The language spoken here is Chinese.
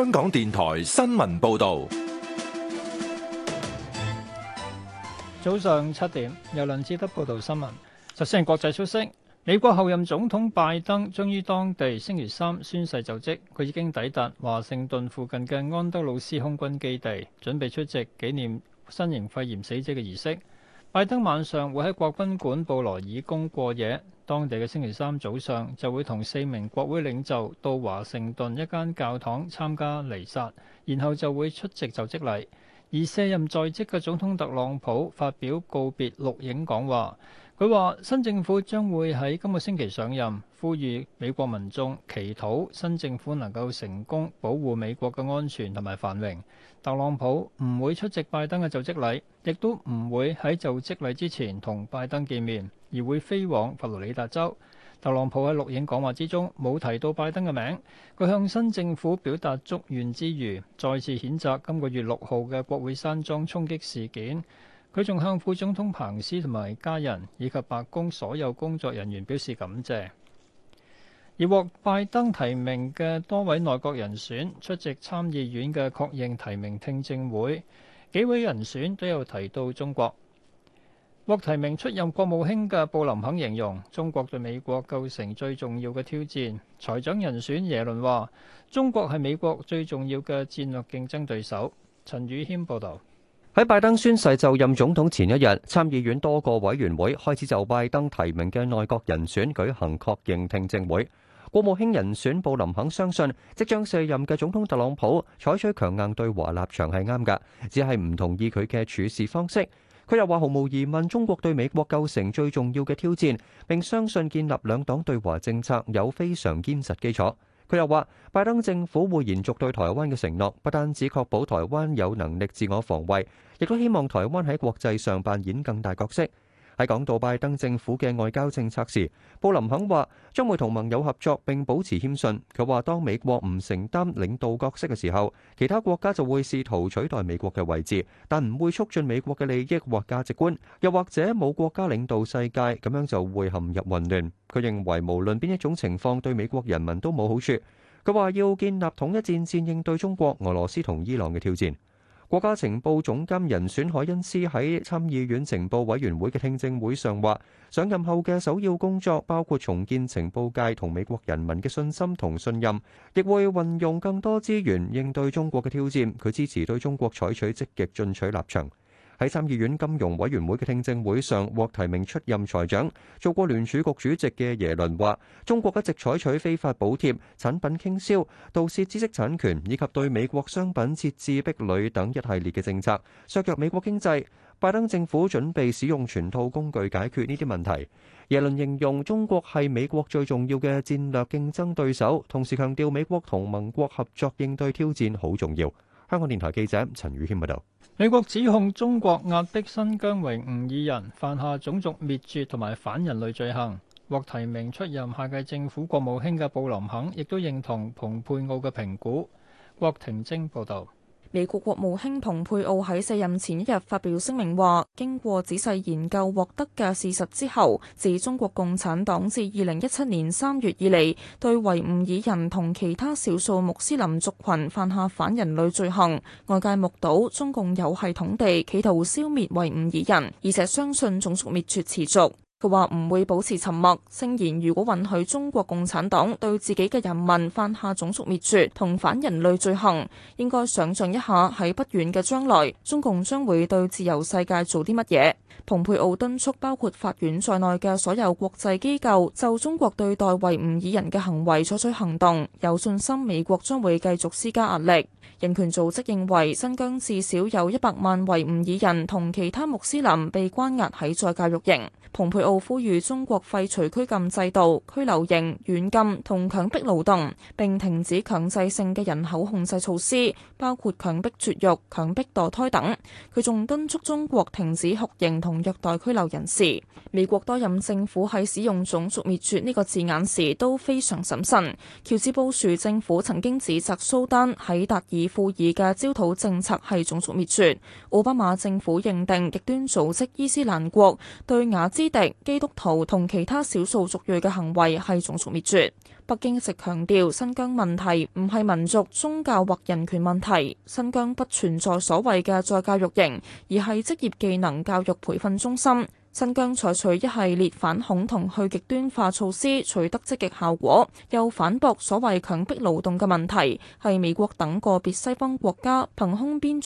香港電台新聞報導。 早上7點，由梁志德報道新聞。首先係國際消息，美國候任總統拜登將於當地星期三宣誓就職，佢已經抵達華盛頓附近嘅安德魯斯空軍基地，準備出席紀念新型肺炎死者嘅儀式。拜登晚上會喺國賓館布羅爾宮過夜，當地嘅星期三早上就會同4名國會領袖到華盛頓一間教堂參加彌撒，然後就會出席就職禮。而卸任在職嘅總統特朗普發表告別錄影講話，佢話新政府將會喺今個星期上任，呼籲美國民眾祈禱新政府能夠成功保護美國嘅安全同埋繁榮。特朗普唔會出席拜登嘅就職禮，亦都唔會喺就職禮之前同拜登見面，而會飛往佛羅里達州。特朗普喺錄影講話之中冇提到拜登嘅名，佢向新政府表達祝願之餘，再次譴責今個月6號嘅國會山莊衝擊事件。佢仲向副總統彭斯同埋家人以及白宮所有工作人員表示感謝。而獲拜登提名嘅多位內閣人選出席參議院嘅確認提名聽證會，幾位人選都有提到中國。獲提名出任國務卿嘅布林肯形容中國對美國構成最重要嘅挑戰。財長人選耶倫話中國係美國最重要嘅戰略競爭對手。陳宇謙報導。 喺拜登宣誓就任總統前一日，參議院多個委員會開始就拜登提名嘅內閣人選舉行確認聽證會。國務卿人選布林肯相信，即將卸任嘅總統特朗普採取強硬對華立場係啱㗎，只係唔同意佢嘅處事方式。佢又話毫無疑問，中國對美國構成最重要嘅挑戰，並相信建立兩黨對華政策有非常堅實基礎。佢又話，拜登政府會延續對台灣嘅承諾，不單止確保台灣有能力自我防衛，亦都希望台灣喺國際上扮演更大角色。喺講到拜登政府嘅外交政策時，布林肯話將會同盟友合作並保持謙遜。佢話當美國唔承擔領導角色嘅時候，其他國家就會試圖取代美國嘅位置，但唔會促進美國嘅利益或價值觀，又或者冇國家領導世界，咁樣就會陷入混亂。佢認為無論邊一種情況對美國人民都冇好處。佢話要建立統一戰線應對中國、俄羅斯同伊朗嘅挑戰。國家情報總監人選凱恩斯喺參議院情報委員會嘅聽證會上話，上任後嘅首要工作包括重建情報界同美國人民嘅信心同信任，亦會運用更多資源應對中國嘅挑戰。佢支持對中國採取積極進取立場。喺參議院金融委員會嘅聽證會上，獲提名出任財長、做過聯儲局主席嘅耶倫話，中國一直採取非法補貼、產品傾銷、盜竊知識產權以及對美國商品設置壁壘等一系列嘅政策，削弱美國經濟。拜登政府準備使用全套工具解決呢啲問題。耶倫形容中國係美國最重要嘅戰略競爭對手，同時強調美國同盟國合作應對挑戰好重要。香港電台記者陳宇謙報道。 美國指控中國壓迫新疆維吾爾人，犯下種族滅絕同埋反人類罪行。獲提名出任下屆政府國務卿嘅布林肯亦都認同蓬佩奧嘅評估。郭婷晶報道。 美國國務卿蓬佩奧喺卸任前一日發表聲明話，經過仔細研究獲得嘅事實之後，指中國共產黨自2017年3月以嚟，對維吾爾人同其他少數穆斯林族群犯下反人類罪行。外界目睹中共有系統地企圖消滅維吾爾人，而且相信種族滅絕持續。佢話唔會保持沉默，聲言如果允許中國共產黨對自己嘅人民犯下種族滅絕同反人類罪行，應該想像一下喺不遠嘅將來，中共將會對自由世界做啲乜嘢。蓬佩奧敦促包括法院在內嘅所有國際機構就中國對待維吾爾人嘅行為採取行動，有信心美國將會繼續施加壓力。人權組織認為新疆至少有100萬維吾爾人同其他穆斯林被關押喺在教育營。蓬佩奧呼籲中國廢除拘禁制度、拘留營、軟禁同強迫勞動，並停止強制性嘅人口控制措施，包括強迫絕育、強迫墮胎等。佢仲敦促中國停止酷刑同虐待拘留人士。美國多任政府喺使用種族滅絕呢個字眼時都非常審慎。喬治布殊政府曾經指責蘇丹喺達爾富爾嘅焦土政策係種族滅絕。奧巴馬政府認定極端組織伊斯蘭國對雅茲迪、基督徒同其他少數族裔嘅行為係種族滅絕。 北京一直強調新疆問題唔係民族、宗教或人權問題，新疆不存在所謂嘅再教育營，而係職業技能教育培訓中心。新疆採取一系列反恐同去極端化措施，取得積極效果，又反駁所謂強迫勞動嘅問題係美國等個別西方國家憑空編